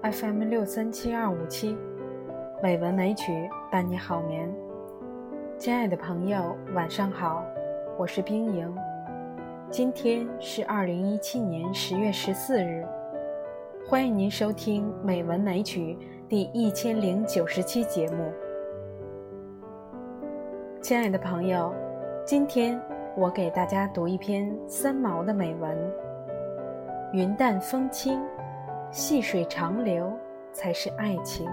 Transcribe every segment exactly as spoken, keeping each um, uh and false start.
F M 六三七二五七，美文美曲伴你好眠。亲爱的朋友，晚上好，我是冰莹。今天是二零一七年十月十四日，欢迎您收听美文美曲第一千零九十期节目。亲爱的朋友，今天我给大家读一篇三毛的美文。云淡风轻，细水长流才是爱情。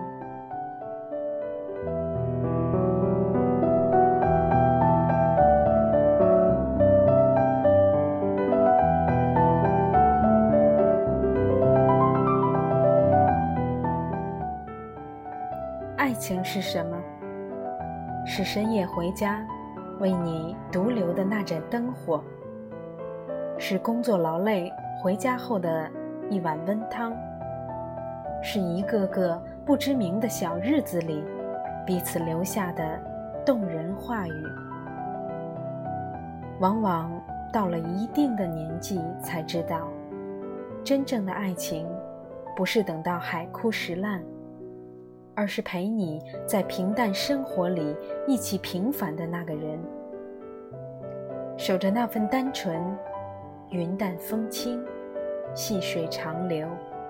爱情是什么？是深夜回家为你独留的那盏灯火，是工作劳累回家后的一碗温汤，是一个个不知名的小日子里彼此留下的动人话语。往往到了一定的年纪才知道，真正的爱情不是等到海枯石烂，而是陪你在平淡生活里一起平凡的那个人，守着那份单纯，云淡风轻，细水长流。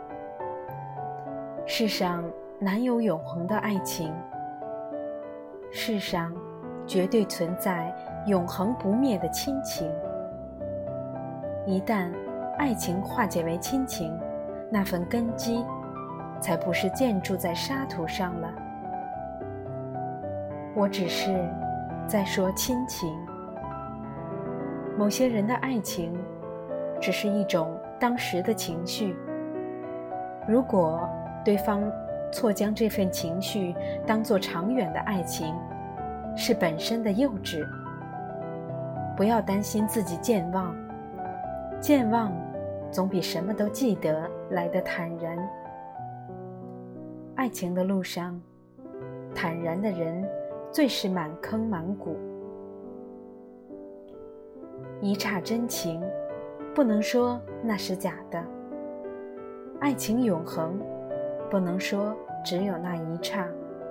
世上难有永恒的爱情，世上绝对存在永恒不灭的亲情。一旦爱情化解为亲情，那份根基才不是建筑在沙土上了。我只是在说亲情。某些人的爱情只是一种当时的情绪，如果对方错将这份情绪当作长远的爱情，是本身的幼稚。不要担心自己健忘，健忘总比什么都记得来得坦然。爱情的路上，坦然的人最是满坑满谷。一刹真情，不能说那是假的；爱情永恒，不能说只有那一刹。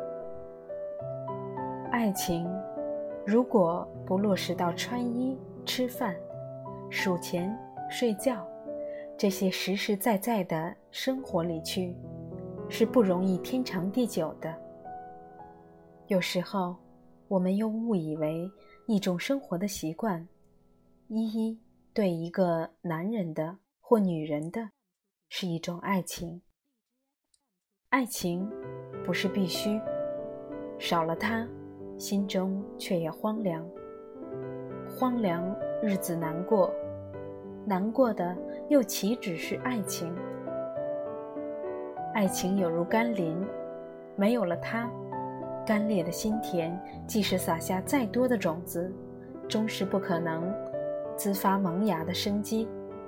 爱情如果不落实到穿衣、吃饭、数钱、睡觉这些实实在在的生活里去，是不容易天长地久的。有时候我们又误以为一种生活的习惯，一一对一个男人的或女人的是一种爱情。爱情不是必须，少了它，心中却也荒凉。荒凉，日子难过，难过的又岂止是爱情？爱情有如甘霖，没有了它，干裂的心田即使撒下再多的种子，终是不可能滋发萌芽的生机。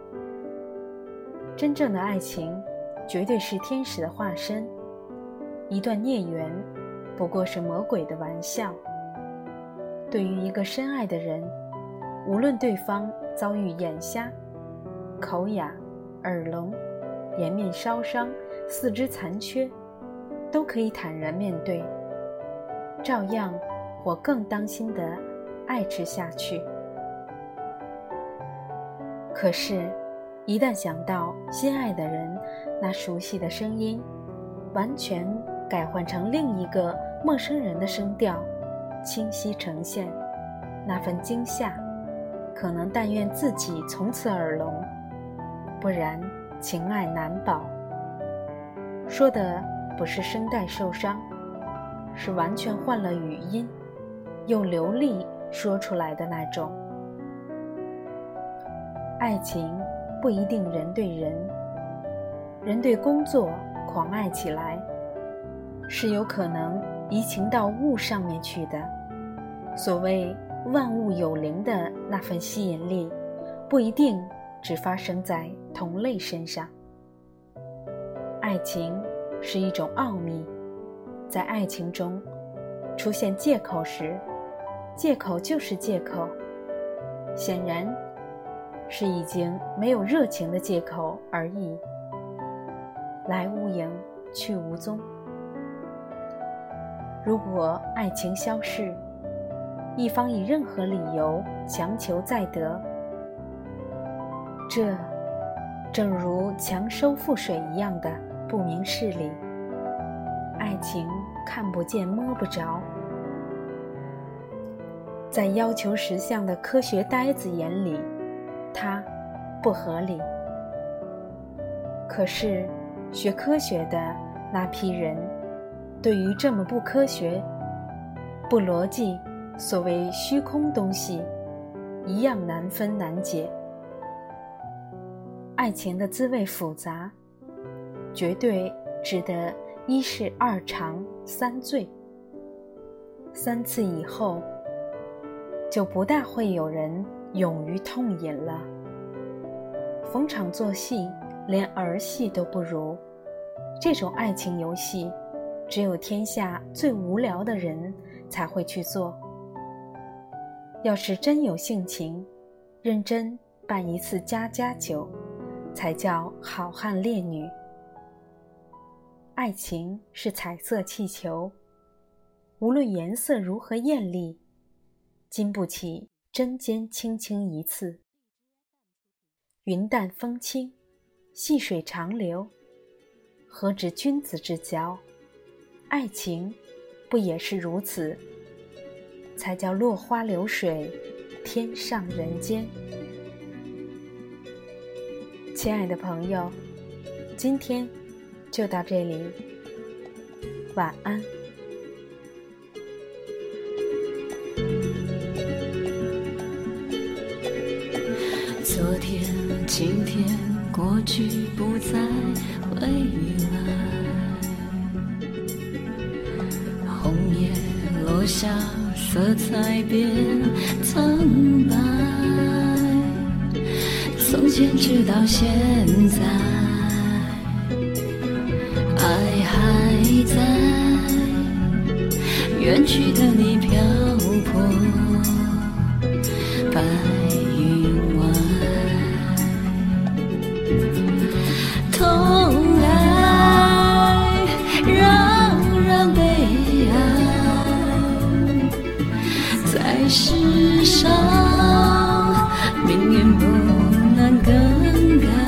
真正的爱情绝对是天使的化身，一段孽缘不过是魔鬼的玩笑。对于一个深爱的人，无论对方遭遇眼瞎、口哑、耳聋、颜面烧伤、四肢残缺，都可以坦然面对，照样或更当心地爱持下去。可是一旦想到心爱的人那熟悉的声音，完全改换成另一个陌生人的声调，清晰呈现，那份惊吓，可能但愿自己从此耳聋，不然情爱难保。说的不是声带受伤，是完全换了语音，用流利说出来的那种。爱情不一定人对人，人对工作狂爱起来，是有可能移情到物上面去的。所谓万物有灵的那份吸引力，不一定只发生在同类身上。爱情是一种奥秘，在爱情中出现借口时，借口就是借口，显然是已经没有热情的借口而已。来无影去无踪。如果爱情消逝，一方以任何理由强求再得，这正如强收覆水一样的不明事理。爱情看不见摸不着，在要求实相的科学呆子眼里，它不合理。可是学科学的那批人，对于这么不科学、不逻辑、所谓虚空东西，一样难分难解。爱情的滋味复杂，绝对值得一是二尝三醉。三次以后，就不大会有人勇于痛饮了。逢场作戏，连儿戏都不如。这种爱情游戏，只有天下最无聊的人才会去做。要是真有性情，认真办一次家家酒，才叫好汉烈女。爱情是彩色气球，无论颜色如何艳丽，经不起针尖轻轻一刺。云淡风轻，细水长流，何止君子之交？爱情不也是如此？才叫落花流水，天上人间。亲爱的朋友，今天就到这里，晚安。 昨天、今天、过去不再回来，红叶落下，色彩变苍白。从前直到现在，爱还在，远去的你漂泊白云外。痛爱让人悲哀，在世上命运不能更改，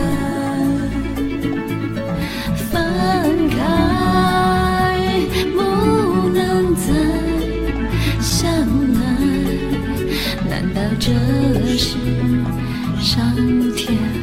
分开不能再相爱，难道这是上天